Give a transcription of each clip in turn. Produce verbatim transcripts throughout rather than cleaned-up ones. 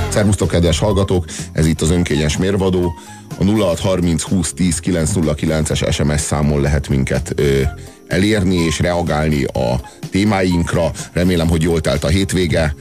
Szervusztok, kedves hallgatók, ez itt az önkényes mérvadó. A nulla hat harminc húsz tíz kilenc nulla kilences es em es számon lehet minket ö, elérni és reagálni a témáinkra. Remélem, hogy jól telt a hétvége.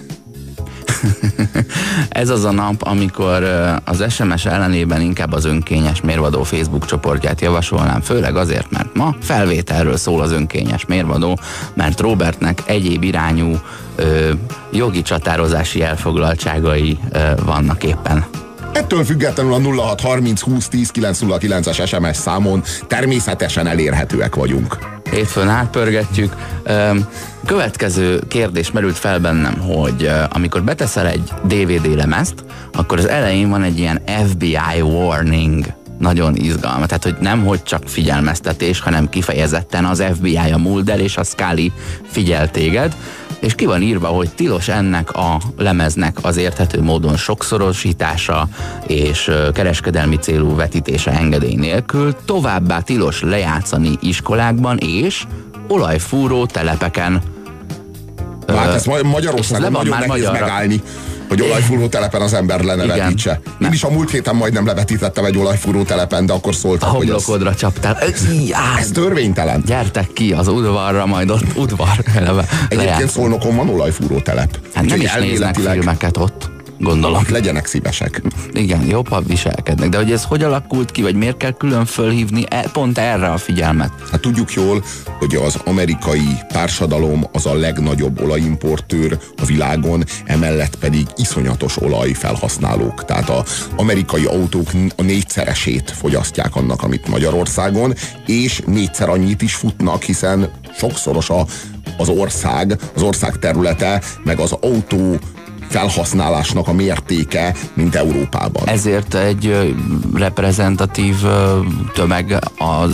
Ez az a nap, amikor az es em es ellenében inkább az önkényes mérvadó Facebook csoportját javasolnám, főleg azért, mert ma felvételről szól az önkényes mérvadó, mert Robertnek egyéb irányú ö, jogi csatározási elfoglaltságai ö, vannak éppen. Ettől függetlenül a nulla hat harminc húsz tíz kilenc nulla kilences es em es számon természetesen elérhetőek vagyunk. Hétfőn átpörgetjük. Következő kérdés merült fel bennem, hogy amikor beteszel egy dé vé dé lemezt, akkor az elején van egy ilyen ef bé i warning. Nagyon izgalmas. Tehát, hogy nem hogy csak figyelmeztetés, hanem kifejezetten az ef bé i, a Mulder és a Scully figyel téged, és ki van írva, hogy tilos ennek a lemeznek az érthető módon sokszorosítása és kereskedelmi célú vetítése engedély nélkül, továbbá tilos lejátszani iskolákban és olajfúró telepeken. Hát ez Magyarországon nagyon nehéz magyarra megállni, hogy olajfúró telepen az ember lenevetítse. Én is a múlt héten majdnem levetítettem egy olajfúró telepen, de akkor szóltak, a hogy homlokodra csaptál. Ez törvénytelen. Gyertek ki az udvarra, majd ott udvar. Egyébként Szolnokon van olajfúró telep. Hát nem is néznek filmeket ott, gondolom. Legyenek szívesek. Igen, jobb, ha viselkednek. De hogy ez hogy alakult ki, vagy miért kell külön fölhívni pont erre a figyelmet? Hát tudjuk jól, hogy az amerikai társadalom az a legnagyobb olajimportőr a világon, emellett pedig iszonyatos olajfelhasználók. Tehát az amerikai autók a négyszeresét fogyasztják annak, amit Magyarországon, és négyszer annyit is futnak, hiszen sokszoros a, az ország, az ország területe, meg az autó felhasználásnak a mértéke, mint Európában. Ezért egy reprezentatív tömeg az,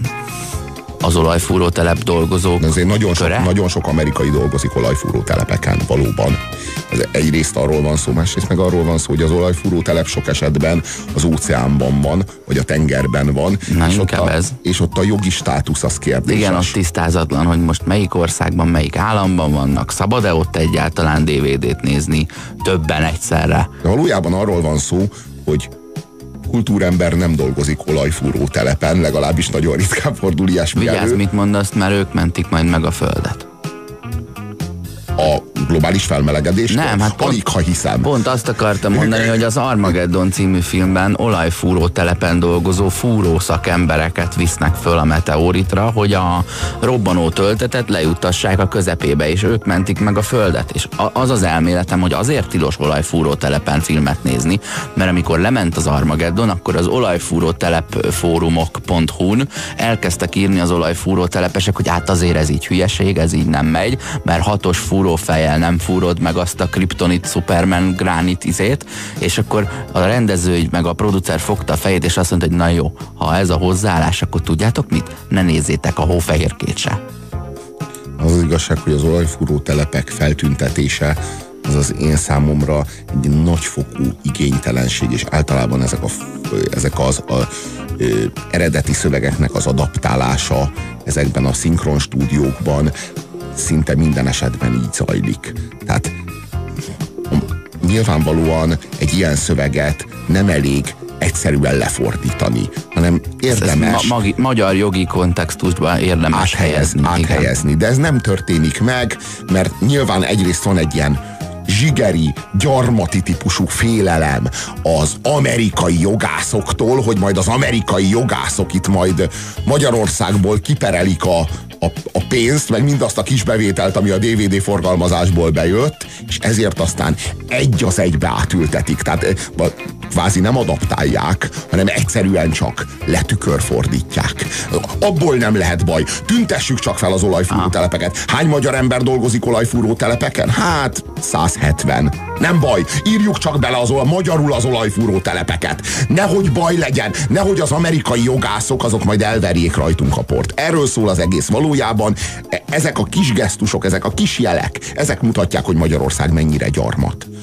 az olajfúró telep dolgozók De azért nagyon köre? sok, nagyon sok amerikai dolgozik olajfúró telepeken, valóban. Ez egyrészt arról van szó, másrészt meg arról van szó, hogy az olajfúró telep sok esetben az óceánban van, vagy a tengerben van, Na, és, ott a, ez. és ott a jogi státusz az kérdéses. Igen, az tisztázatlan, hogy most melyik országban, melyik államban vannak, szabad-e ott egyáltalán dé vé dét nézni többen egyszerre? De valójában arról van szó, hogy kultúrember nem dolgozik olajfúró telepen, legalábbis nagyon ritkán fordul ilyesmi Vigyázz, elő. mit mondasz, mert ők mentik majd meg a földet. A globális felmelegedés? Nem, hát alig, pont, ha hiszem. Pont azt akartam mondani, hogy az Armageddon című filmben olajfúró telepen dolgozó fúró szakembereket visznek föl a meteoritra, hogy a robbanó töltetet lejuttassák a közepébe, és ők mentik meg a földet. És az az elméletem, hogy azért tilos olajfúró telepen filmet nézni, mert amikor lement az Armageddon, akkor az olajfúró telep fórumok pont hu-n elkezdtek írni az olajfúró telepesek, hogy hát azért ez így hülyeség, ez így nem megy, mert hatos fúrófejjel nem fúrod meg azt a kriptonit, Superman, gránit izét, és akkor a rendező meg a producer fogta a fejét, és azt mondta, hogy na jó, ha ez a hozzáállás, akkor tudjátok mit? Ne nézzétek a hófehérkét se. Az az igazság, hogy az olajfúró telepek feltüntetése az az én számomra egy nagyfokú igénytelenség, és általában ezek, a, ezek az a, ö, eredeti szövegeknek az adaptálása ezekben a szinkron stúdiókban szinte minden esetben így zajlik. Tehát nyilvánvalóan egy ilyen szöveget nem elég egyszerűen lefordítani, hanem érdemes ma, ma, magyar jogi kontextusban érdemes áthelyezni, helyezni. áthelyezni. De ez nem történik meg, mert nyilván egyrészt van egy ilyen zsigeri, gyarmati típusú félelem az amerikai jogászoktól, hogy majd az amerikai jogászok itt majd Magyarországból kiperelik a, a, a pénzt, meg mindazt a kis bevételt, ami a dé vé dé forgalmazásból bejött, és ezért aztán egy az egybe átültetik. Tehát kvázi nem adaptálják, hanem egyszerűen csak letükörfordítják. Abból nem lehet baj. Tüntessük csak fel az olajfúró telepeket. Hány magyar ember dolgozik olajfúró telepeken? Hát száz hetven. Nem baj, írjuk csak bele az olaj, magyarul az olajfúró telepeket. Nehogy baj legyen, nehogy az amerikai jogászok azok majd elverjék rajtunk a port. Erről szól az egész valójában. Ezek a kis gesztusok, ezek a kis jelek, ezek mutatják, hogy Magyarország mennyire gyarmat.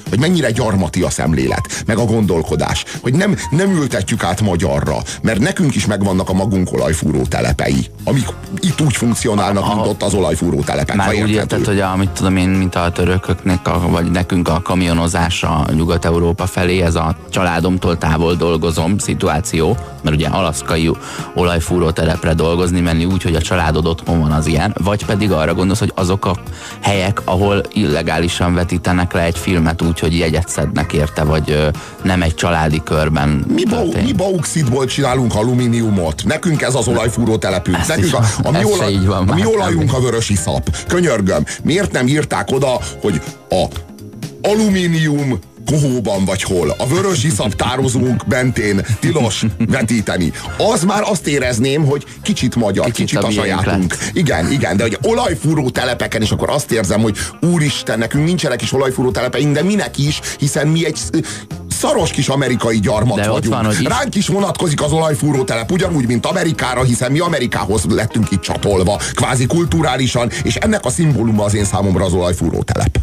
hogy mennyire gyarmati a szemlélet, meg a gondolkodás, hogy nem, nem ültetjük át magyarra, mert nekünk is megvannak a magunk olajfúró telepei, amik itt úgy funkcionálnak, a, mint ott az olajfúró telepek. Már úgy érted, hogy a, mit tudom én, mint a törököknek, a, vagy nekünk a kamionozása Nyugat-Európa felé, ez a családomtól távol dolgozom szituáció, mert ugye alaszkai olajfúró telepre dolgozni menni úgy, hogy a családod otthon van, az ilyen, vagy pedig arra gondolsz, hogy azok a helyek, ahol illegálisan vetítenek le egy filmet úgy, hogy jegyet szednek érte, vagy ö, nem egy családi körben. Mi, bau, mi bauxitból csinálunk alumíniumot? Nekünk ez az olajfúró telepünk. Ezt Nekünk is, a, a, mi, olaj, van, a mi olajunk a vörös iszap. Könyörgöm. Miért nem írták oda, hogy a alumínium kohóban vagy hol, a vörös iszap tározónk mentén tilos vetíteni. Az már azt érezném, hogy kicsit magyar, kicsit, kicsit a, a sajátunk. Igen, igen, de hogy olajfúró telepeken, és akkor azt érzem, hogy úristen, nekünk nincsenek is olajfúró telepeink, de minek is, hiszen mi egy szaros kis amerikai gyarmat de vagyunk. Van, is... Ránk is vonatkozik az olajfúró telep, ugyanúgy, mint Amerikára, hiszen mi Amerikához lettünk itt csatolva, kvázi kulturálisan, és ennek a szimbóluma az én számomra az olajfúró telep.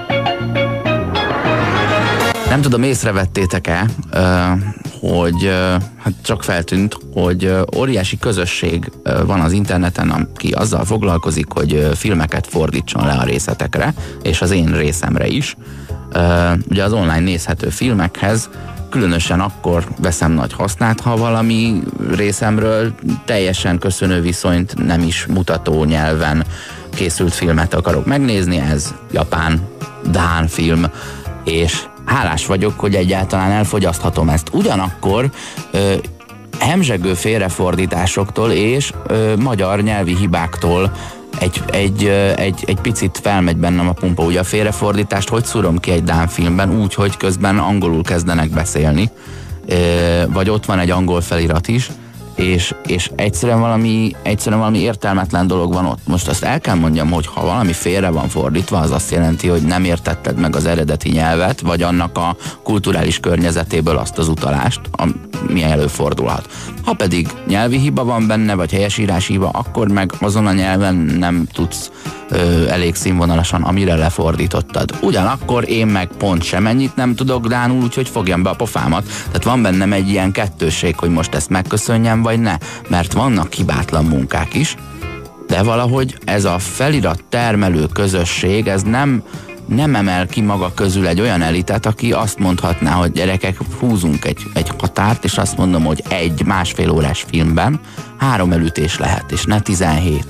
Nem tudom, észrevettétek-e, hogy hát csak feltűnt, hogy óriási közösség van az interneten, aki azzal foglalkozik, hogy filmeket fordítson le a részletekre, és az én részemre is. Ugye az online nézhető filmekhez különösen akkor veszem nagy hasznát, ha valami részemről teljesen köszönő viszonyt nem is mutató nyelven készült filmet akarok megnézni, ez japán, dán film, és hálás vagyok, hogy egyáltalán elfogyaszthatom ezt. Ugyanakkor ö, hemzsegő félrefordításoktól és ö, magyar nyelvi hibáktól egy, egy, ö, egy, egy picit felmegy bennem a pumpa. Ugye a félrefordítást hogy szúrom ki egy dán filmben? Úgy, hogy közben angolul kezdenek beszélni, ö, vagy ott van egy angol felirat is, és, és egyszerűen, valami, egyszerűen valami értelmetlen dolog van ott. Most azt el kell mondjam, hogy ha valami félre van fordítva, az azt jelenti, hogy nem értetted meg az eredeti nyelvet, vagy annak a kulturális környezetéből azt az utalást, ami előfordulhat. Ha pedig nyelvi hiba van benne, vagy helyesírási hiba, akkor meg azon a nyelven nem tudsz ö, elég színvonalasan, amire lefordítottad. Ugyanakkor én meg pont semennyit nem tudok dánul, úgyhogy fogjam be a pofámat. Tehát van bennem egy ilyen kettősség, hogy most ezt megköszönjem, vagy ne. Mert vannak hibátlan munkák is, de valahogy ez a felirat termelő közösség, ez nem, nem emel ki maga közül egy olyan elitet, aki azt mondhatná, hogy gyerekek, húzunk egy, egy határt, és azt mondom, hogy egy másfél órás filmben három elütés lehet, és ne tizenhét.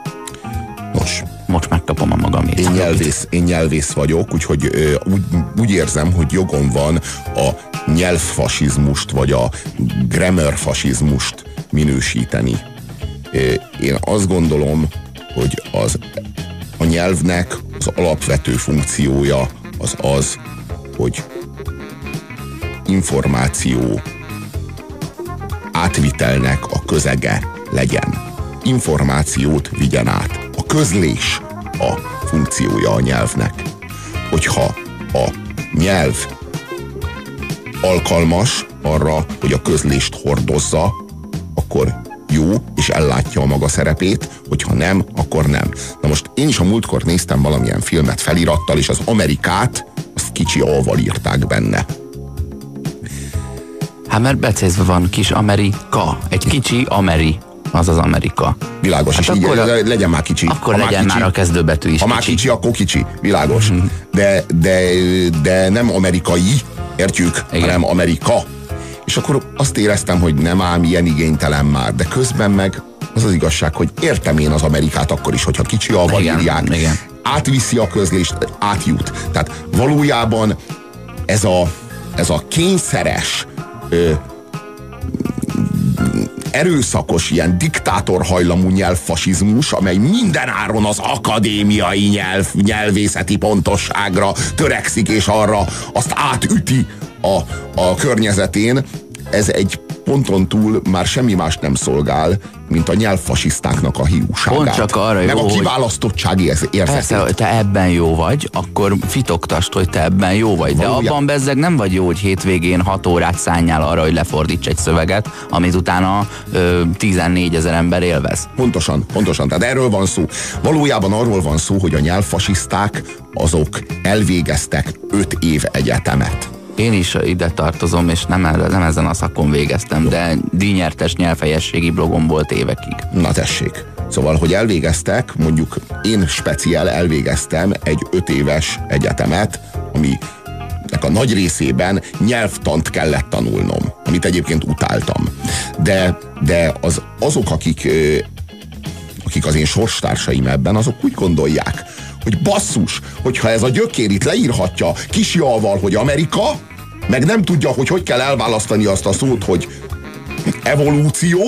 Nos. Most megkapom a magamét. Én nyelvész, én nyelvész vagyok, úgyhogy ö, úgy, úgy érzem, hogy jogom van a nyelvfasizmust, vagy a grammarfasizmust minősíteni. Én azt gondolom, hogy az, a nyelvnek az alapvető funkciója az az, hogy információ átvitelnek a közege legyen. Információt vigyen át. A közlés a funkciója a nyelvnek. Hogyha a nyelv alkalmas arra, hogy a közlést hordozza, akkor jó, és ellátja a maga szerepét, hogyha nem, akkor nem. Na most én is a múltkor néztem valamilyen filmet felirattal, és az Amerikát, azt kicsi A-val írták benne. Hát mert becézve van kis Amerika, egy kicsi Ameri, az az Amerika. Világos, hát és így a, legyen már kicsi. Akkor ha legyen már, kicsi, már a kezdőbetű is ha kicsi. már kicsi, akkor kicsi, világos. Mm-hmm. De, de, de nem amerikai, értjük, igen, hanem Amerika. És akkor azt éreztem, hogy nem ám ilyen igénytelen már, de közben meg az az igazság, hogy értem én az Amerikát akkor is, hogyha kicsi A-val írják. Igen. Átviszi a közlést, átjut. Tehát valójában ez a, ez a kényszeres, ö, erőszakos, ilyen diktátorhajlamú nyelvfasizmus, amely mindenáron az akadémiai nyelv, nyelvészeti pontosságra törekszik, és arra azt átüti a, a környezetén, ez egy ponton túl már semmi más nem szolgál, mint a nyelvfasisztáknak a hiúságát. Pont csak arra jó, meg a kiválasztottsági érzetét. Persze, hogy te ebben jó vagy, akkor fitogtasd, hogy te ebben jó vagy. De Valójá... abban bezzeg nem vagy jó, hogy hétvégén hat órát szánjál arra, hogy lefordíts egy szöveget, amit utána ö, tizennégyezer ember élvez. Pontosan, pontosan. Tehát erről van szó. Valójában arról van szó, hogy a nyelvfasiszták azok elvégeztek öt év egyetemet. Én is ide tartozom, és nem, nem ezen a szakon végeztem, de díjnyertes nyelvhelyességi blogom volt évekig. Na tessék. Szóval, hogy elvégeztek, mondjuk én speciál elvégeztem egy öt éves egyetemet, aminek a nagy részében nyelvtant kellett tanulnom, amit egyébként utáltam. De, de az, azok, akik, akik az én sorstársaim ebben, azok úgy gondolják, hogy basszus, hogyha ez a gyökér itt leírhatja kisjalval, hogy Amerika, meg nem tudja, hogy hogy kell elválasztani azt a szót, hogy evolúció,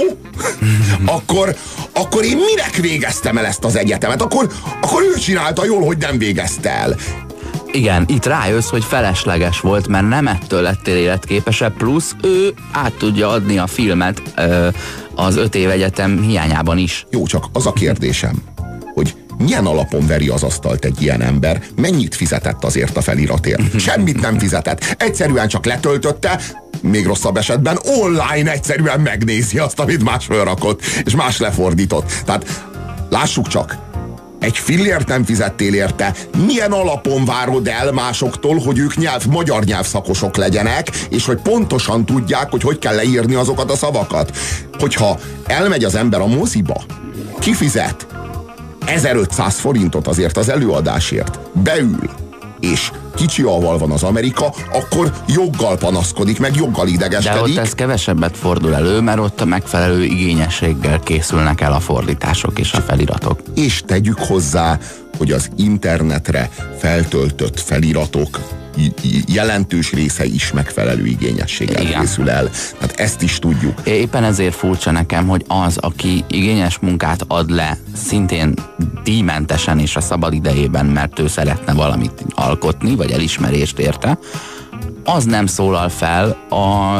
akkor, akkor én minek végeztem el ezt az egyetemet? Akkor, akkor ő csinálta jól, hogy nem végezte el. Igen, itt rájössz, hogy felesleges volt, mert nem ettől lettél életképesebb, plusz ő át tudja adni a filmet ö, az öt év egyetem hiányában is. Jó, csak az a kérdésem, hogy milyen alapon veri az asztalt egy ilyen ember, mennyit fizetett azért a feliratért? Semmit nem fizetett. Egyszerűen csak letöltötte, még rosszabb esetben online egyszerűen megnézi azt, amit más felrakott, és más lefordított. Tehát lássuk csak, egy fillért nem fizettél érte, milyen alapon várod el másoktól, hogy ők nyelv, magyar nyelvszakosok legyenek, és hogy pontosan tudják, hogy hogy kell leírni azokat a szavakat. Hogyha elmegy az ember a moziba, kifizet ezerötszáz forintot azért az előadásért, beül, és kicsi alval van az Amerika, akkor joggal panaszkodik, meg joggal idegeskedik. De ott ez kevesebbet fordul elő, mert ott a megfelelő igényességgel készülnek el a fordítások és a feliratok. És tegyük hozzá, hogy az internetre feltöltött feliratok jelentős része is megfelelő igényességgel Igen. készül el. Tehát ezt is tudjuk. Éppen ezért furcsa nekem, hogy az, aki igényes munkát ad le, szintén díjmentesen és a szabad idejében, mert ő szeretne valamit alkotni, vagy elismerést érte, az nem szólal fel a,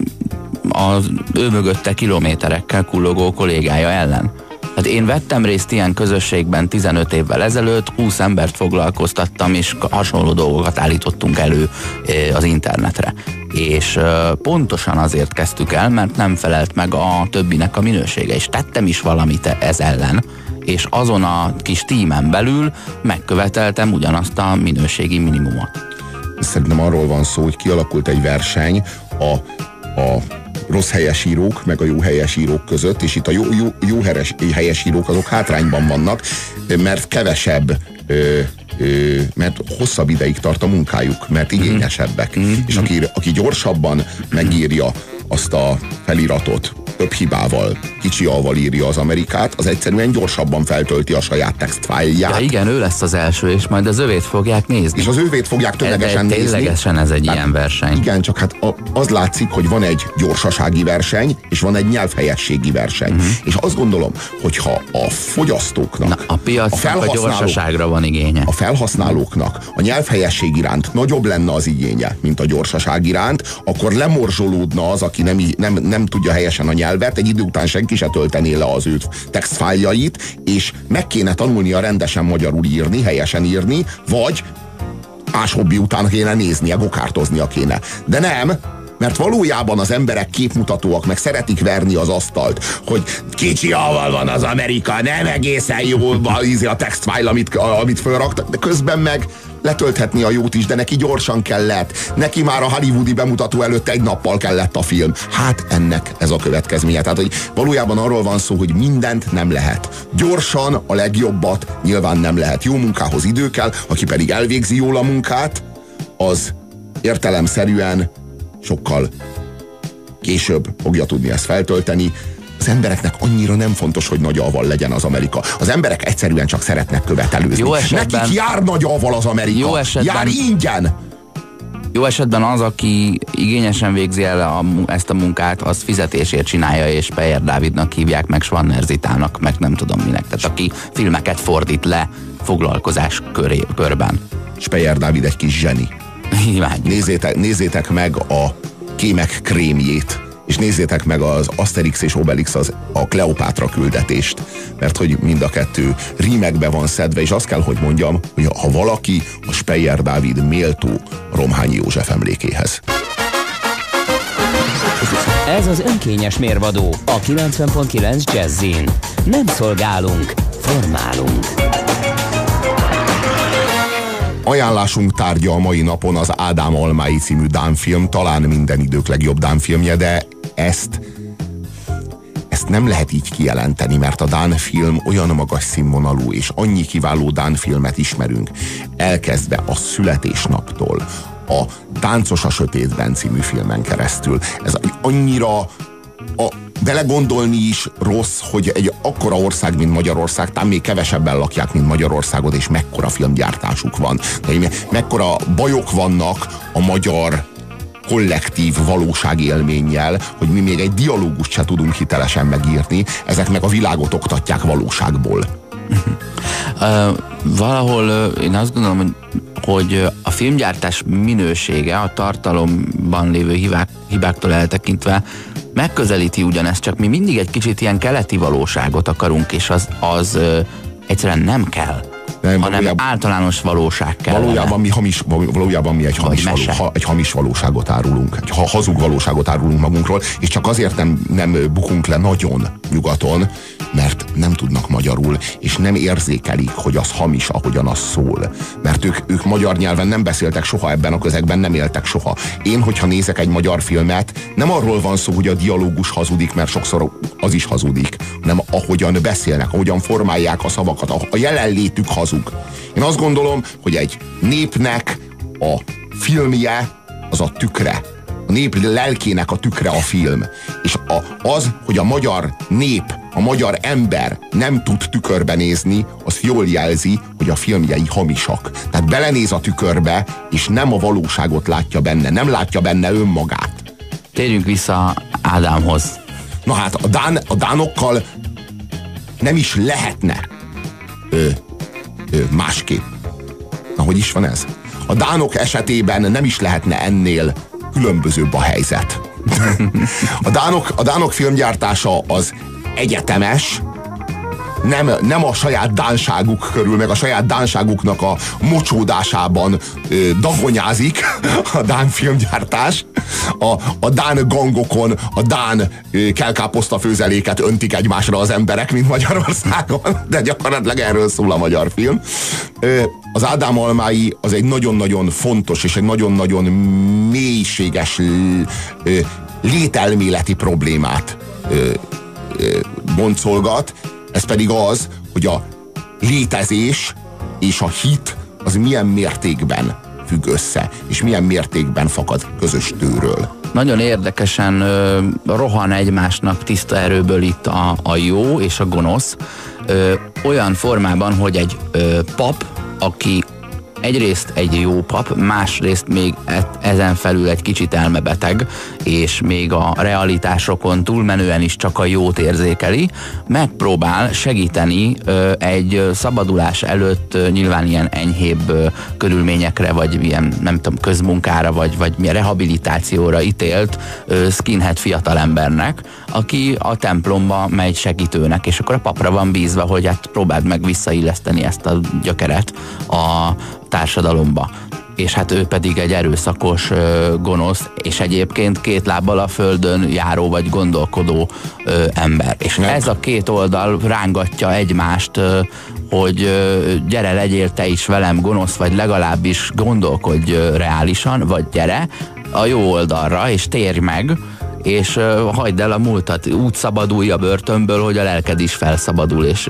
az ő mögötte kilométerekkel kullogó kollégája ellen. Hát én vettem részt ilyen közösségben tizenöt évvel ezelőtt, húsz embert foglalkoztattam, és hasonló dolgokat állítottunk elő az internetre. És pontosan azért kezdtük el, mert nem felelt meg a többinek a minősége, és tettem is valamit ez ellen, és azon a kis tímen belül megköveteltem ugyanazt a minőségi minimumot. Szerintem arról van szó, hogy kialakult egy verseny a, a rossz helyesírók, meg a jó helyesírók között, és itt a jó, jó, jó helyesírók azok hátrányban vannak, mert kevesebb, ö, ö, mert hosszabb ideig tart a munkájuk, mert igényesebbek. Mm-hmm. És aki, aki gyorsabban megírja azt a feliratot, több hibával, kicsi alval írja az Amerikát, az egyszerűen gyorsabban feltölti a saját textfájlját. Ja igen, ő lesz az első, és majd az övét fogják nézni. És az övét fogják tömegesen nézni. Ténylegesen ez egy hát, ilyen verseny. Igen, csak hát az látszik, hogy van egy gyorsasági verseny, és van egy nyelvhelyességi verseny. Uh-huh. És azt gondolom, hogyha a fogyasztóknak, Na, a piacnak a, a gyorsaságra van igénye. A felhasználóknak a nyelvhelyesség iránt nagyobb lenne az igénye, mint a gyorsaság iránt, akkor lemorzsolódna az, aki nem, nem, nem tudja helyesen a nyelvet, egy idő után senki se töltené le az ő textfájljait, és meg kéne tanulnia rendesen magyarul írni, helyesen írni, vagy más hobbi után kéne néznie, gokártoznia kéne. De nem, mert valójában az emberek képmutatóak, meg szeretik verni az asztalt, hogy kicsi alval van az Amerika, nem egészen jó a textfájl, amit, amit felraktak, de közben meg letölthetni a jót is, de neki gyorsan kellett. Neki már a hollywoodi bemutató előtt egy nappal kellett a film. Hát ennek ez a következménye. Tehát, hogy valójában arról van szó, hogy mindent nem lehet. Gyorsan a legjobbat nyilván nem lehet. Jó munkához idő kell, aki pedig elvégzi jól a munkát, az értelemszerűen sokkal később fogja tudni ezt feltölteni. Az embereknek annyira nem fontos, hogy nagy alval legyen az Amerika. Az emberek egyszerűen csak szeretnek követelőzni. Jó esetben, nekik jár nagy alval az Amerika. Jó esetben, jár ingyen. Jó esetben az, aki igényesen végzi el a, ezt a munkát, az fizetésért csinálja, és Peyer Dávidnak hívják, meg Schwanner Zitának, meg nem tudom minek. Tehát aki filmeket fordít le foglalkozás köré, körben. És Peyer Dávid egy kis zseni. Nézzétek, nézzétek meg a Kémek krémjét, és nézzétek meg az Asterix és Obelix az, a Kleopátra küldetést, mert hogy mind a kettő rímekbe van szedve, és azt kell, hogy mondjam, hogy ha valaki, a Speyer Dávid méltó Romhányi József emlékéhez. Ez az önkényes mérvadó a kilencven pont kilenc Jazzin. Nem szolgálunk, formálunk. Ajánlásunk tárgya a mai napon az Ádám Almái című dán film, talán minden idők legjobb dán filmje, de ezt ezt nem lehet így kijelenteni, mert a dán film olyan magas színvonalú, és annyi kiváló dán filmet ismerünk, elkezdve a Születésnaptól, a Táncos a sötétben című filmen keresztül. Ez annyira a, belegondolni is rossz, hogy egy akkora ország, mint Magyarország, talán még kevesebben lakják, mint Magyarországot, és mekkora filmgyártásuk van. De mekkora bajok vannak a magyar kollektív valóságélménnyel, hogy mi még egy dialógust se tudunk hitelesen megírni, ezek meg a világot oktatják valóságból. uh, valahol uh, én azt gondolom, hogy, hogy a filmgyártás minősége a tartalomban lévő hibák, hibáktól eltekintve megközelíti ugyanezt, csak mi mindig egy kicsit ilyen keleti valóságot akarunk, és az, az uh, egyszerűen nem kell. Nem, hanem valójában, általános valóság kell. Valójában mi, hamis, valójában mi egy, hamis való, ha, egy hamis valóságot árulunk, egy hazug valóságot árulunk magunkról, és csak azért nem, nem bukunk le nagyon nyugaton, mert nem tudnak magyarul, és nem érzékelik, hogy az hamis, ahogyan az szól. Mert ők, ők magyar nyelven nem beszéltek soha, ebben a közegben nem éltek soha. Én, hogyha nézek egy magyar filmet, nem arról van szó, hogy a dialógus hazudik, mert sokszor az is hazudik, hanem ahogyan beszélnek, ahogyan formálják a szavakat, a jelenlétük hazug. Én azt gondolom, hogy egy népnek a filmje az a tükre. A nép lelkének a tükre a film. És a, az, hogy a magyar nép, a magyar ember nem tud tükörbe nézni, az jól jelzi, hogy a filmjei hamisak. Tehát belenéz a tükörbe, és nem a valóságot látja benne, nem látja benne önmagát. Térjünk vissza Ádámhoz. Na hát, a, dán, a dánokkal nem is lehetne ö, ö, másképp. Na, hogy is van ez? A dánok esetében nem is lehetne ennél különbözőbb a helyzet. A dánok, a dánok filmgyártása az egyetemes, nem, nem a saját dánságuk körül, meg a saját dánságuknak a mocsódásában ö, dagonyázik a dán filmgyártás. A, a dán gangokon a dán ö, kelkáposzta főzeléket öntik egymásra az emberek, mint Magyarországon, de gyakorlatilag erről szól a magyar film. Ö, az Ádám Almái az egy nagyon-nagyon fontos és egy nagyon-nagyon mélységes ö, lételméleti problémát ö, ö, boncolgat. Ez pedig az, hogy a létezés és a hit az milyen mértékben függ össze, és milyen mértékben fakad közös tőről. Nagyon érdekesen ö, rohan egymásnak tiszta erőből itt a, a jó és a gonosz, ö, olyan formában, hogy egy ö, pap, aki egyrészt egy jó pap, másrészt még e- ezen felül egy kicsit elmebeteg, és még a realitásokon túlmenően is csak a jót érzékeli, megpróbál segíteni ö, egy szabadulás előtt ö, nyilván ilyen enyhébb ö, körülményekre, vagy ilyen nem tudom, közmunkára, vagy, vagy milyen rehabilitációra ítélt ö, skinhead fiatalembernek, aki a templomba megy segítőnek, és akkor a papra van bízva, hogy hát próbáld meg visszailleszteni ezt a gyökeret a társadalomba. És hát ő pedig egy erőszakos, ö, gonosz, és egyébként két lábbal a földön járó vagy gondolkodó ö, ember. És nem. Ez a két oldal rángatja egymást, ö, hogy ö, gyere, legyél te is velem gonosz, vagy legalábbis gondolkodj ö, reálisan, vagy gyere a jó oldalra, és térj meg, és ö, hagyd el a múltat, úgy szabadulj a börtönből, hogy a lelked is felszabadul, és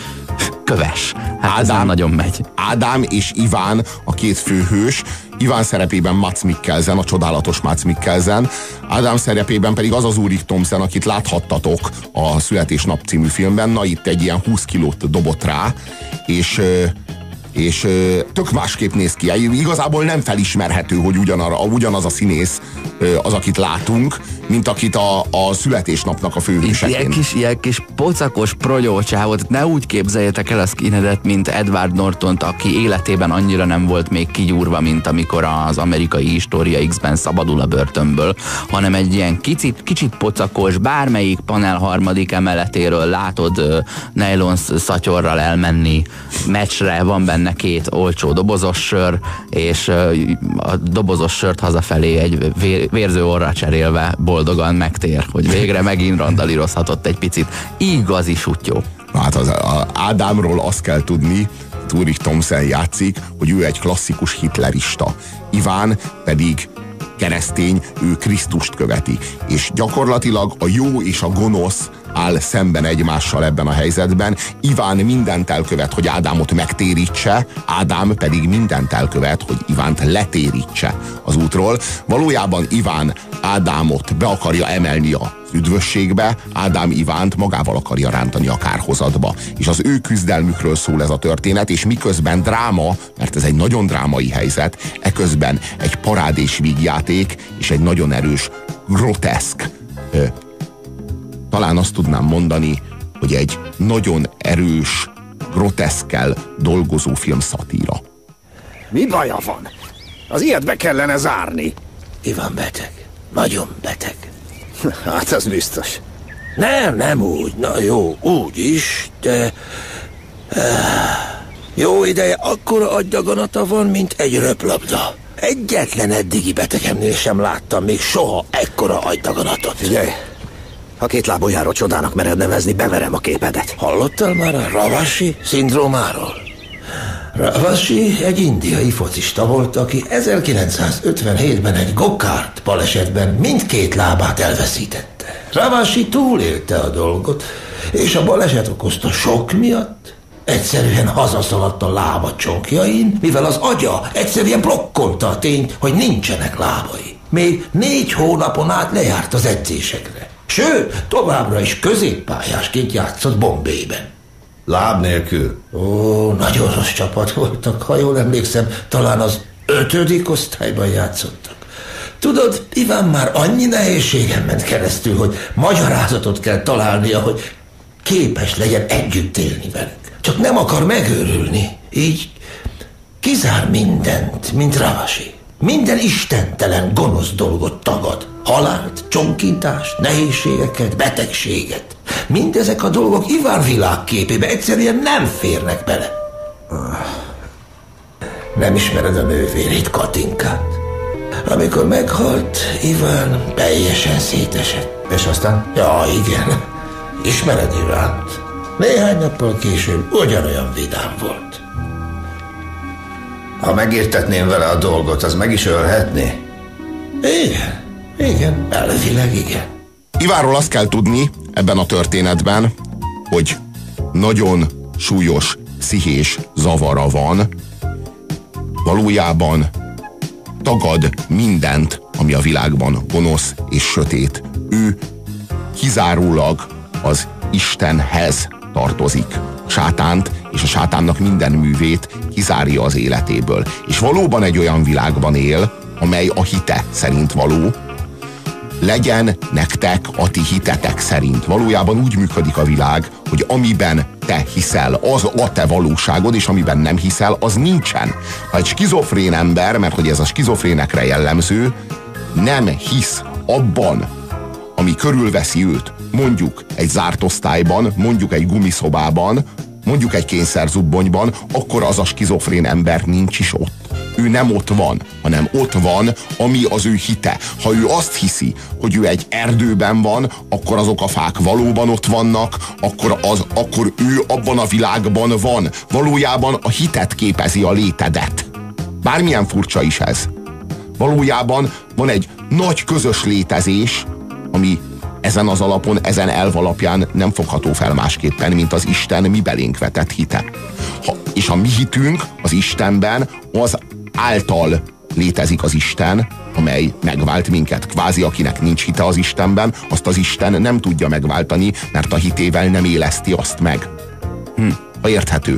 köves. Hát Ádám, ez nagyon megy. Ádám és Iván a két főhős, Iván szerepében Mads Mikkelsen, a csodálatos Mads Mikkelsen, Ádám szerepében pedig az az Ulrik Thomsen, akit láthattatok a Születésnap című filmben. Na, itt egy ilyen húsz kilót dobott rá, és és ö, tök másképp néz ki. Igazából nem felismerhető, hogy ugyanarra, ugyanaz a színész ö, az, akit látunk, mint akit a, a születésnapnak a főhőseként. Ilyen kis, ilyen kis pocakos progyócsávot, ne úgy képzeljétek el a Skinheadet, mint Edward Nortont, aki életében annyira nem volt még kigyúrva, mint amikor az Amerikai História X-ben szabadul a börtönből, hanem egy ilyen kicsit, kicsit pocakos, bármelyik panel harmadik emeletéről látod uh, nylon szatyorral elmenni meccsre, van benne két olcsó dobozos sör, és uh, a dobozos sört hazafelé egy vér, vérző orra cserélve boldogan megtér, hogy végre megint randalírozhatott egy picit. Igazi sutyó. Hát az, az Ádámról azt kell tudni, Ulrich Thomsen játszik, hogy ő egy klasszikus hitlerista. Iván pedig keresztény, ő Krisztust követi. És gyakorlatilag a jó és a gonosz áll szemben egymással ebben a helyzetben. Iván mindent elkövet, hogy Ádámot megtérítse, Ádám pedig mindent elkövet, hogy Ivánt letérítse az útról. Valójában Iván Ádámot be akarja emelni a üdvösségbe, Ádám Ivánt magával akarja rántani a kárhozatba. És az ő küzdelmükről szól ez a történet, és miközben dráma, mert ez egy nagyon drámai helyzet, eközben egy parádés vígjáték, és egy nagyon erős, groteszk, ö, talán azt tudnám mondani, hogy egy nagyon erős, groteszkkel dolgozó film szatíra. Mi baja van? Az ilyet be kellene zárni. Iván beteg. Nagyon beteg. Hát az biztos. Nem, nem úgy. Na jó, úgy is, de... Jó ideje akkora agydaganata van, mint egy röplabda. Egyetlen eddigi betegemnél sem láttam még soha ekkora agydaganatot. Figyelj, ha két lábon járó csodának mered nevezni, beverem a képedet. Hallottál már a Ravasi szindrómáról? Ravasi egy indiai focista volt, aki ezerkilencszázötvenhétben egy go-kart balesetben mindkét lábát elveszítette. Ravasi túlélte a dolgot, és a baleset okozta sok miatt egyszerűen hazaszaladt a lába csonkjain, mivel az agya egyszerűen blokkolta a tényt, hogy nincsenek lábai. Még négy hónapon át lejárt az edzésekre. Sőt, továbbra is középpályásként játszott Bombayben. Láb nélkül? Ó, nagyon rossz csapat voltak, ha jól emlékszem, talán az ötödik osztályban játszottak. Tudod, Iván már annyi nehézségen ment keresztül, hogy magyarázatot kell találnia, hogy képes legyen együtt élni velük. Csak nem akar megőrülni, így kizár mindent, mint Ravasi. Minden istentelen, gonosz dolgot tagad. Halált, csonkítást, nehézségeket, betegséget. Mindezek a dolgok Iván világképébe egyszerűen nem férnek bele. Nem ismered a nővérét, Katinkát? Amikor meghalt, Iván teljesen szétesett. És aztán? Ja, igen. Ismered Ivánt? Néhány nappal később ugyanolyan vidám volt. Ha megértetném vele a dolgot, az meg is ölhetné? Igen, igen, elvileg igen. Ivánról azt kell tudni ebben a történetben, hogy nagyon súlyos pszichés zavara van. Valójában tagad mindent, ami a világban gonosz és sötét. Ő kizárólag az Istenhez tartozik. A sátánt és a sátánnak minden művét kizárja az életéből. És valóban egy olyan világban él, amely a hite szerint való. Legyen nektek a ti hitetek szerint. Valójában úgy működik a világ, hogy amiben te hiszel, az a te valóságod, és amiben nem hiszel, az nincsen. Ha egy skizofrén ember, mert hogy ez a skizofrénekre jellemző, nem hisz abban, ami körülveszi őt, mondjuk egy zárt osztályban, mondjuk egy gumiszobában, mondjuk egy kényszerzubbonyban, akkor az a skizofrén ember nincs is ott. Ő nem ott van, hanem ott van, ami az ő hite. Ha ő azt hiszi, hogy ő egy erdőben van, akkor azok a fák valóban ott vannak, akkor, az, akkor ő abban a világban van. Valójában a hitet képezi a létedet. Bármilyen furcsa is ez. Valójában van egy nagy közös létezés, ami ezen az alapon, ezen elv alapján nem fogható fel másképpen, mint az Isten mi belénk vetett hite. Ha, és a mi hitünk az Istenben az által létezik az Isten, amely megvált minket. Kvázi akinek nincs hite az Istenben, azt az Isten nem tudja megváltani, mert a hitével nem éleszti azt meg. Hm, ha érthető.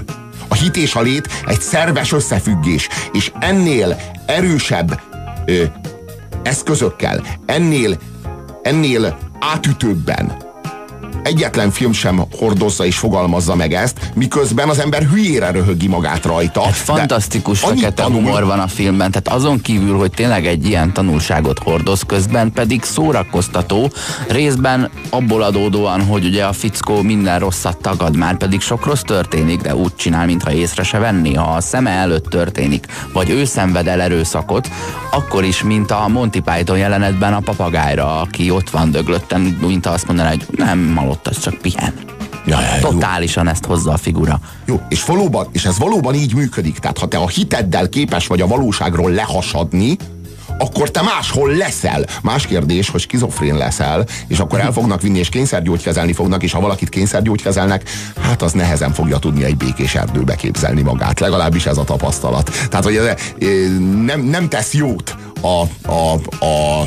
A hit és a lét egy szerves összefüggés, és ennél erősebb ö, eszközökkel, ennél, ennél átütőbben egyetlen film sem hordozza és fogalmazza meg ezt, miközben az ember hülyére röhögi magát rajta. Hát fantasztikus fekete tanul... humor van a filmben, tehát azon kívül, hogy tényleg egy ilyen tanulságot hordoz, közben pedig szórakoztató, részben abból adódóan, hogy ugye a fickó minden rosszat tagad, már pedig sok rossz történik, de úgy csinál, mintha észre se venni. Ha a szeme előtt történik, vagy ő szenved el erőszakot, akkor is, mint a Monty Python jelenetben a papagájra, aki ott van döglötten, mint azt mondaná, hogy nem malott, az csak pihen. Ja, ja, Totálisan jó. Ezt hozza a figura. Jó, és, valóban, és ez valóban így működik. Tehát ha te a hiteddel képes vagy a valóságról lehasadni, akkor te máshol leszel. Más kérdés, hogy skizofrén leszel, és akkor el fognak vinni, és kényszergyógykezelni fognak, és ha valakit kényszergyógykezelnek, hát az nehezen fogja tudni egy békés erdőbe képzelni magát. Legalábbis ez a tapasztalat. Tehát, hogy ez, nem, nem tesz jót a, a, a, a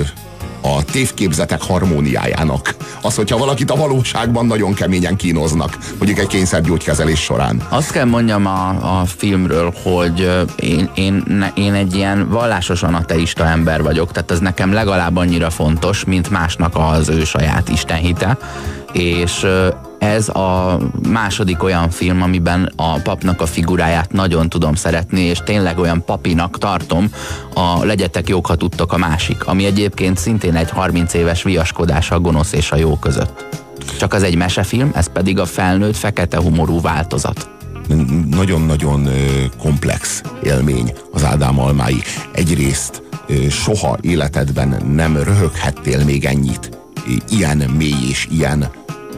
a tévképzetek harmóniájának. Az, hogyha valakit a valóságban nagyon keményen kínoznak, mondjuk egy kényszergyógykezelés során. Azt kell mondjam a, a filmről, hogy én, én, én egy ilyen vallásosan ateista ember vagyok, tehát ez nekem legalább annyira fontos, mint másnak az ő saját istenhite, és ez a második olyan film, amiben a papnak a figuráját nagyon tudom szeretni, és tényleg olyan papinak tartom a Legyetek jók, ha tudtok a másik, ami egyébként szintén egy harminc éves viaskodás a gonosz és a jó között. Csak az egy mesefilm, ez pedig a felnőtt fekete humorú változat. Nagyon-nagyon komplex élmény az Ádám Almái. Egyrészt soha életedben nem röhöghettél még ennyit ilyen mély és ilyen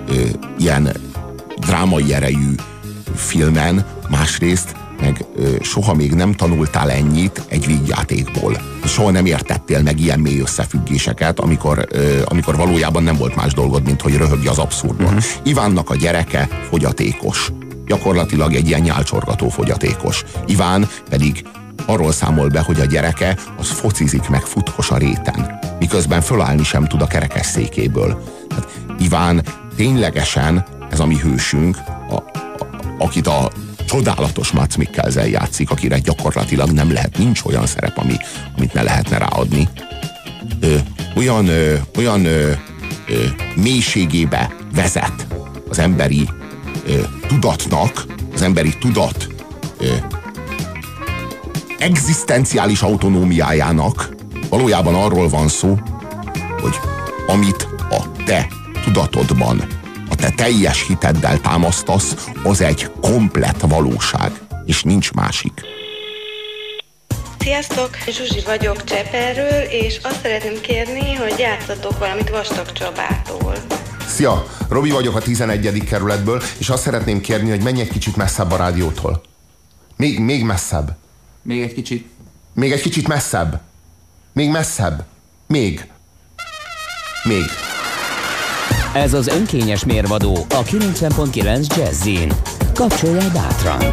ilyen drámai erejű filmen, másrészt meg ö, soha még nem tanultál ennyit egy vígjátékból. Soha nem értettél meg ilyen mély összefüggéseket, amikor, ö, amikor valójában nem volt más dolgod, mint hogy röhögj az abszurdon. Uh-huh. Ivánnak a gyereke fogyatékos. Gyakorlatilag egy ilyen nyálcsorgató fogyatékos. Iván pedig arról számol be, hogy a gyereke az focizik meg futkos a réten, miközben fölállni sem tud a kerekesszékéből. Hát Iván ténylegesen, ez a mi hősünk, a, a, akit a csodálatos Mads Mikkelsen játszik, akire gyakorlatilag nem lehet, nincs olyan szerep, ami, amit ne lehetne ráadni. Ö, olyan ö, olyan ö, ö, mélységébe vezet az emberi ö, tudatnak, az emberi tudat ö, egzisztenciális autonómiájának. Valójában arról van szó, hogy amit a te tudatodban, a te teljes hiteddel támasztasz, az egy komplett valóság, és nincs másik. Sziasztok, Zsuzsi vagyok Cseperről, és azt szeretném kérni, hogy játszatok valamit Vastag Csabától. Szia, Robi vagyok a tizenegyedik kerületből, és azt szeretném kérni, hogy menj egy kicsit messzebb a rádiótól. Még, még messzebb. Még egy kicsit. Még egy kicsit messzebb. Még messzebb. Még. Még. Ez az önkényes mérvadó a kilencven pont kilenc Jazzin. Kapcsolja bátran.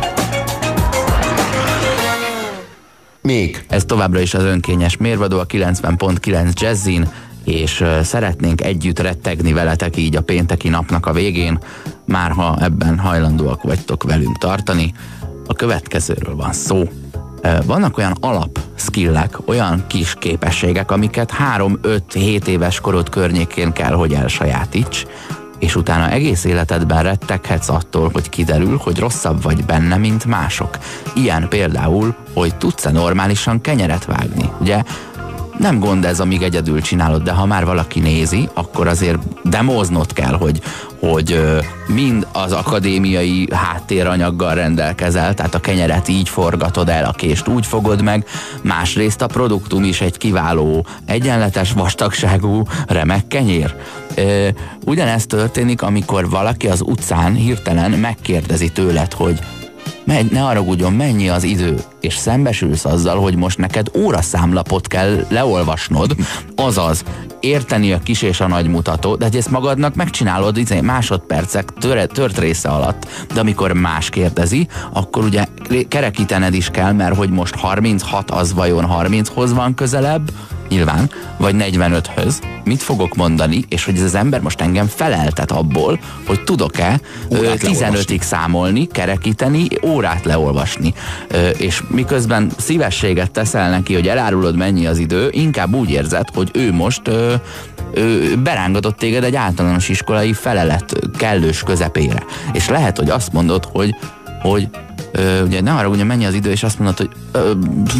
Még. Ez továbbra is az önkényes mérvadó a kilencven pont kilenc Jazzin, és szeretnénk együtt rettegni veletek így a pénteki napnak a végén, már ha ebben hajlandóak vagytok velünk tartani. A következőről van szó. Vannak olyan alap skillek, olyan kis képességek, amiket három-öt-hét éves korod környékén kell, hogy elsajátíts, és utána egész életedben retteghetsz attól, hogy kiderül, hogy rosszabb vagy benne, mint mások. Ilyen például, hogy tudsz-e normálisan kenyeret vágni. Ugye nem gond ez, amíg egyedül csinálod, de ha már valaki nézi, akkor azért demóznod kell, hogy, hogy mind az akadémiai háttéranyaggal rendelkezel, tehát a kenyeret így forgatod el, a kést úgy fogod meg, másrészt a produktum is egy kiváló, egyenletes vastagságú, remek kenyér. Ugyanezt történik, amikor valaki az utcán hirtelen megkérdezi tőled, hogy ne haragudjon, mennyi az idő, és szembesülsz azzal, hogy most neked óraszámlapot kell leolvasnod, azaz érteni a kis és a nagy mutató, de ezt magadnak megcsinálod izé, másodpercek töre, tört része alatt, de amikor más kérdezi, akkor ugye kerekítened is kell, mert hogy most harminchat az vajon harminchoz van közelebb, nyilván, vagy negyvenöthöz, mit fogok mondani, és hogy ez az ember most engem feleltet abból, hogy tudok-e tizenötig számolni, kerekíteni, órát leolvasni. Ö, és miközben szívességet teszel neki, hogy elárulod mennyi az idő, inkább úgy érzed, hogy ő most ö, ö, berángatott téged egy általános iskolai felelet kellős közepére. És lehet, hogy azt mondod, hogy, hogy Ö, ugye ne arra, ugye mennyi az idő, és azt mondod, hogy ö,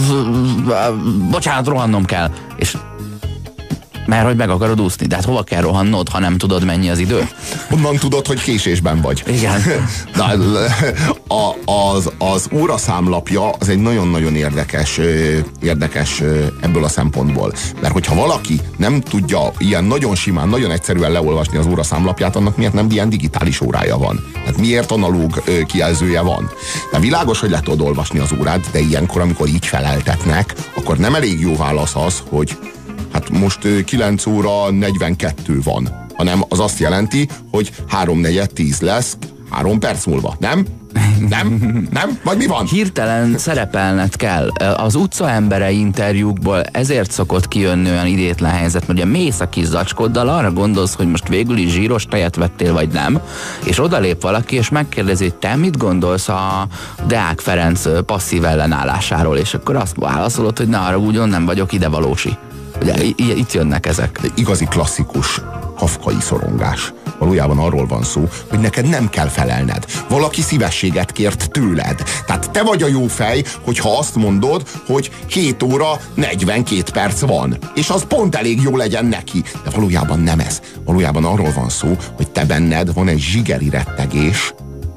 bocsánat, rohannom kell, és mert hogy meg akarod úszni, de hát hova kell rohannod, ha nem tudod, mennyi az idő? Honnan tudod, hogy késésben vagy? Igen. De a, az, az óraszámlapja az egy nagyon-nagyon érdekes, érdekes ebből a szempontból. Mert hogyha valaki nem tudja ilyen nagyon simán, nagyon egyszerűen leolvasni az óraszámlapját, annak miért nem ilyen digitális órája van? Tehát miért analóg kijelzője van? De világos, hogy le tudod olvasni az órát, de ilyenkor, amikor így feleltetnek, akkor nem elég jó válasz az, hogy hát most kilenc óra negyvenkettő van, hanem az azt jelenti, hogy háromnegyed tíz lesz három perc múlva, nem? Nem? Nem? Vagy mi van? Hirtelen szerepelned kell. Az utcaembere interjúkból ezért szokott kijönni olyan idétlen helyzet, mert ugye mész a kis zacskoddal, arra gondolsz, hogy most végül is zsíros tejet vettél, vagy nem, és odalép valaki, és megkérdezi, hogy te mit gondolsz a Deák Ferenc passzív ellenállásáról, és akkor azt válaszolod, hogy ne haragudjon, nem vagyok idevalósi. Ugye itt jönnek ezek. De igazi klasszikus kafkai szorongás. Valójában arról van szó, hogy neked nem kell felelned. Valaki szívességet kért tőled. Tehát te vagy a jó fej, hogyha azt mondod, hogy hét óra negyvenkét perc van. És az pont elég jó legyen neki. De valójában nem ez. Valójában arról van szó, hogy te benned van egy zsigeri rettegés,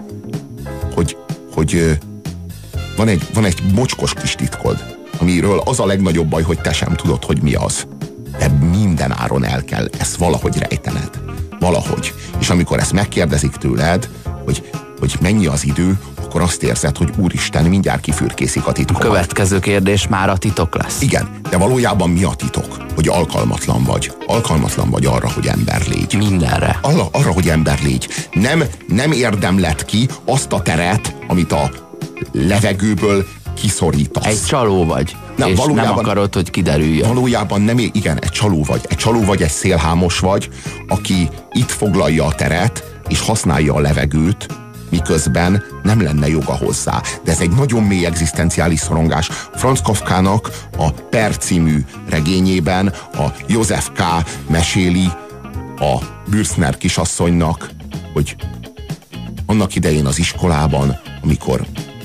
hogy, hogy van egy, van egy mocskos kis titkod, amiről az a legnagyobb baj, hogy te sem tudod, hogy mi az. De minden áron el kell ezt valahogy rejtened. Valahogy. És amikor ezt megkérdezik tőled, hogy, hogy mennyi az idő, akkor azt érzed, hogy úristen, mindjárt kifürkészik a titkomat. A következő kérdés már a titok lesz. Igen, de valójában mi a titok? Hogy alkalmatlan vagy. Alkalmatlan vagy arra, hogy ember légy. Mindenre. Arra, arra hogy ember légy. Nem, nem érdemled ki azt a teret, amit a levegőből kiszorítasz. Egy csaló vagy, nem, és nem akarod, hogy kiderüljön. Valójában nem, igen, egy csaló vagy. Egy csaló vagy, egy szélhámos vagy, aki itt foglalja a teret, és használja a levegőt, miközben nem lenne joga hozzá. De ez egy nagyon mély egzisztenciális szorongás. Franz Kafkának a Per című regényében a József K. meséli a Bürszner kisasszonynak, hogy annak idején az iskolában, amikor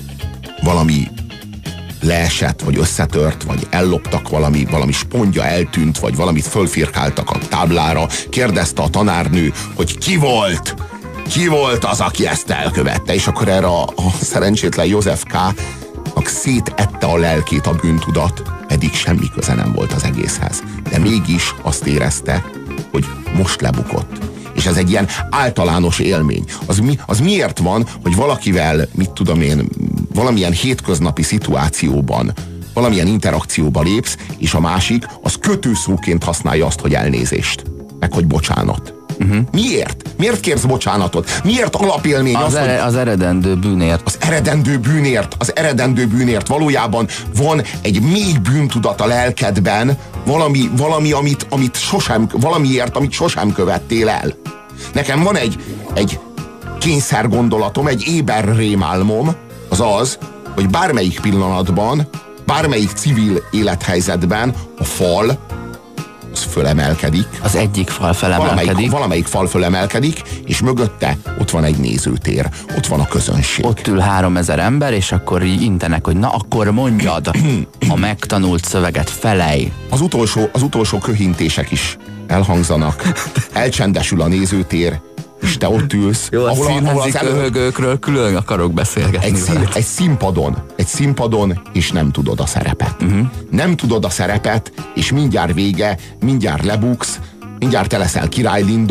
valami leesett, vagy összetört, vagy elloptak valami, valami spontja eltűnt, vagy valamit fölfirkáltak a táblára, kérdezte a tanárnő, hogy ki volt? Ki volt az, aki ezt elkövette? És akkor erre a, a szerencsétlen József K.-nak szétette a lelkét a bűntudat, pedig semmi köze nem volt az egészhez. De mégis azt érezte, hogy most lebukott. És ez egy ilyen általános élmény. Az, mi, az miért van, hogy valakivel, mit tudom én, valamilyen hétköznapi szituációban, valamilyen interakcióba lépsz, és a másik az kötőszóként használja azt, hogy elnézést, meg hogy bocsánat. Uh-huh. Miért? Miért kérsz bocsánatot? Miért alapélmény az, az, ere, hogy... az eredendő bűnért. Az eredendő bűnért, az eredendő bűnért. Valójában van egy mély bűntudat a lelkedben, valami, valami amit, amit sosem, valamiért, amit sosem követtél el. Nekem van egy, egy kényszer gondolatom, egy éber rémálmom, az az, hogy bármelyik pillanatban, bármelyik civil élethelyzetben a fal az fölemelkedik. Az egyik fal felemelkedik. Valamelyik, valamelyik fal fölemelkedik, és mögötte ott van egy nézőtér, ott van a közönség. Ott ül háromezer ember, és akkor így intenek, hogy na akkor mondjad a megtanult szöveget, felej. Az utolsó, az utolsó köhintések is elhangzanak, elcsendesül a nézőtér, és te ott ülsz. Jó, ahol, a színházi köhögőkről külön akarok beszélgetni. Egy, szín, egy színpadon, egy színpadon, és nem tudod a szerepet. Uh-huh. Nem tudod a szerepet, és mindjárt vége, mindjárt lebuksz, mindjárt te leszel Király Linda,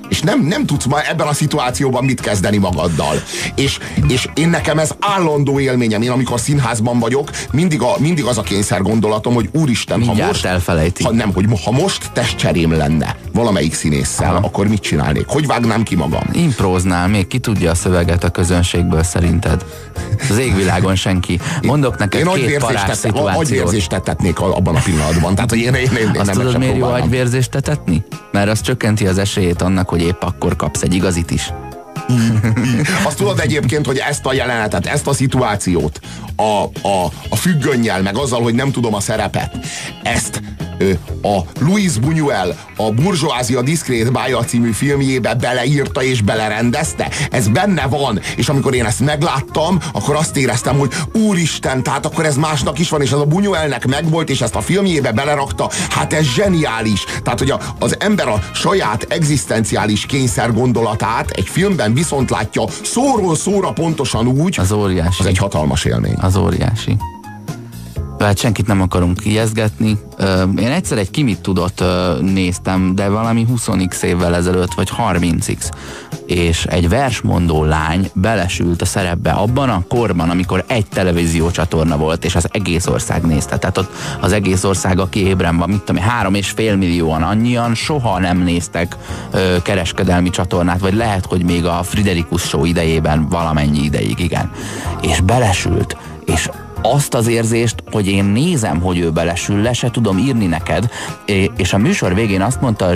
és nem, nem tudsz ma ebben a szituációban mit kezdeni magaddal. És, és én nekem ez állandó élményem. Én amikor színházban vagyok, mindig, a, mindig az a kényszer gondolatom, hogy úristen, ha mindjárt most, elfelejti. ha, nem, hogy ha most testcserém lenne valamelyik színésszel, aha, akkor mit csinálnék? Hogy vágnám ki magam? Impróznál, még ki tudja a szöveget a közönségből szerinted? Az égvilágon senki. Mondok neked én két parás szituációt. Agyvérzést tettetnék abban a pillanatban. Tehát, hogy én, én, én, én azt nem tudod, miért jó próbálnám. agyvérzést tetetni? Mert az csökkenti az esélyét annak, hogy épp akkor kapsz egy igazit is. Azt tudod egyébként, hogy ezt a jelenetet, ezt a szituációt a, a, a függönnyel, meg azzal, hogy nem tudom a szerepet, ezt ö, a Luis Buñuel a Burzsóázia diszkrét bája című filmjébe beleírta és belerendezte. Ez benne van, és amikor én ezt megláttam, akkor azt éreztem, hogy úristen, tehát akkor ez másnak is van, és ez a Buñuelnek megvolt, és ezt a filmjébe belerakta, hát ez zseniális. Tehát, hogy a, az ember a saját egzisztenciális kényszer gondolatát egy filmben viszont látja szóról szóra pontosan úgy, az óriási. Az egy hatalmas élmény. Az óriási. Hát senkit nem akarunk kijezgetni. Én egyszer egy Ki mit tudott néztem, de valami húsz x évvel ezelőtt, vagy harminc x. És egy versmondó lány belesült a szerepbe abban a korban, amikor egy televíziócsatorna volt, és az egész ország nézte. Tehát ott az egész ország, aki ébren van, mit tudom, három és fél millióan, annyian soha nem néztek ö, kereskedelmi csatornát, vagy lehet, hogy még a Friderikus Show idejében valamennyi ideig, igen. És belesült, és azt az érzést, hogy én nézem, hogy ő belesül, le se tudom írni neked, és a műsor végén azt mondta